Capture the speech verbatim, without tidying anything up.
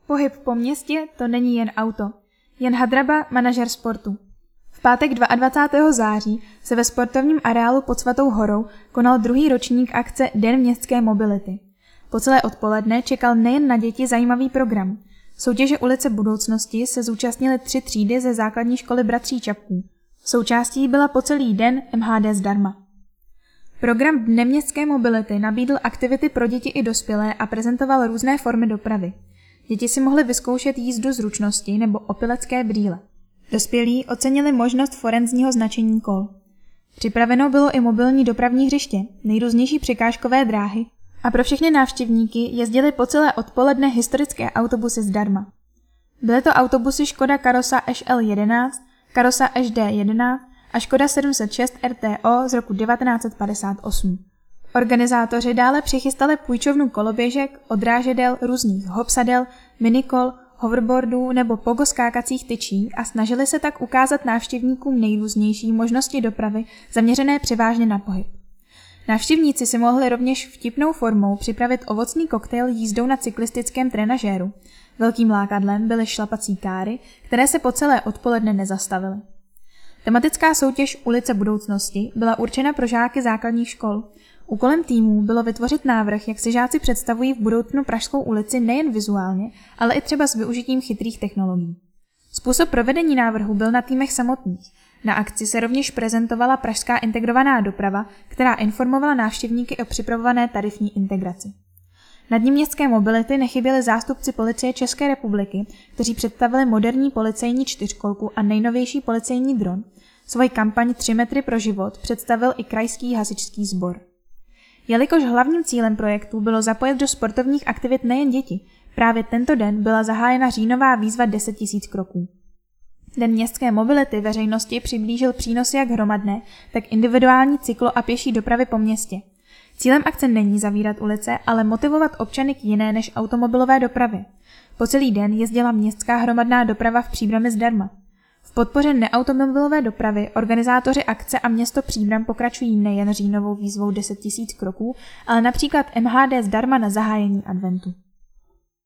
Pohyb po městě to není jen auto. Jan Hadraba, manažer sportu. V pátek dvacátého druhého září se ve sportovním areálu pod Svatou horou konal druhý ročník akce Den městské mobility. Po celé odpoledne čekal nejen na děti zajímavý program. Soutěže Ulice budoucnosti se zúčastnily tři třídy ze základní školy Bratří Čapků. Součástí byla po celý den M H D zdarma. Program Dne městské mobility nabídl aktivity pro děti i dospělé a prezentoval různé formy dopravy. Děti si mohly vyzkoušet jízdu zručnosti nebo opilecké brýle. Dospělí ocenili možnost forenzního značení kol. Připraveno bylo i mobilní dopravní hřiště, nejrůznější překážkové dráhy a pro všechny návštěvníky jezdily po celé odpoledne historické autobusy zdarma. Byly to autobusy Škoda Karosa Š L jedenáct, Karosa Š D jedenáct a Škoda sedm set šest R T O z roku devatenáct set padesát osm. Organizátoři dále přichystali půjčovnu koloběžek, odrážedel, různých hopsadel, minikol, hoverboardů nebo pogoskákacích tyčí a snažili se tak ukázat návštěvníkům nejrůznější možnosti dopravy zaměřené převážně na pohyb. Návštěvníci si mohli rovněž vtipnou formou připravit ovocný koktejl jízdou na cyklistickém trenažéru. Velkým lákadlem byly šlapací káry, které se po celé odpoledne nezastavily. Tematická soutěž Ulice budoucnosti byla určena pro žáky základních škol. Úkolem týmů bylo vytvořit návrh, jak si žáci představují v budoucnu Pražskou ulici nejen vizuálně, ale i třeba s využitím chytrých technologií. Způsob provedení návrhu byl na týmech samotných. Na akci se rovněž prezentovala pražská integrovaná doprava, která informovala návštěvníky o připravované tarifní integraci. Na Dni městské mobility nechyběli zástupci Policie České republiky, kteří představili moderní policejní čtyřkolku a nejnovější policejní dron. Svoji kampaň tři metry pro život představil i krajský hasičský sbor. Jelikož hlavním cílem projektu bylo zapojit do sportovních aktivit nejen děti, právě tento den byla zahájena říjnová výzva deset tisíc kroků. Den městské mobility veřejnosti přiblížil přínosy jak hromadné, tak individuální cyklo a pěší dopravy po městě. Cílem akce není zavírat ulice, ale motivovat občany k jiné než automobilové dopravě. Po celý den jezdila městská hromadná doprava v Příbrami zdarma. V podpoře neautomobilové dopravy organizátoři akce a město Příbram pokračují nejen říjnovou výzvou deset tisíc kroků, ale například M H D zdarma na zahájení adventu.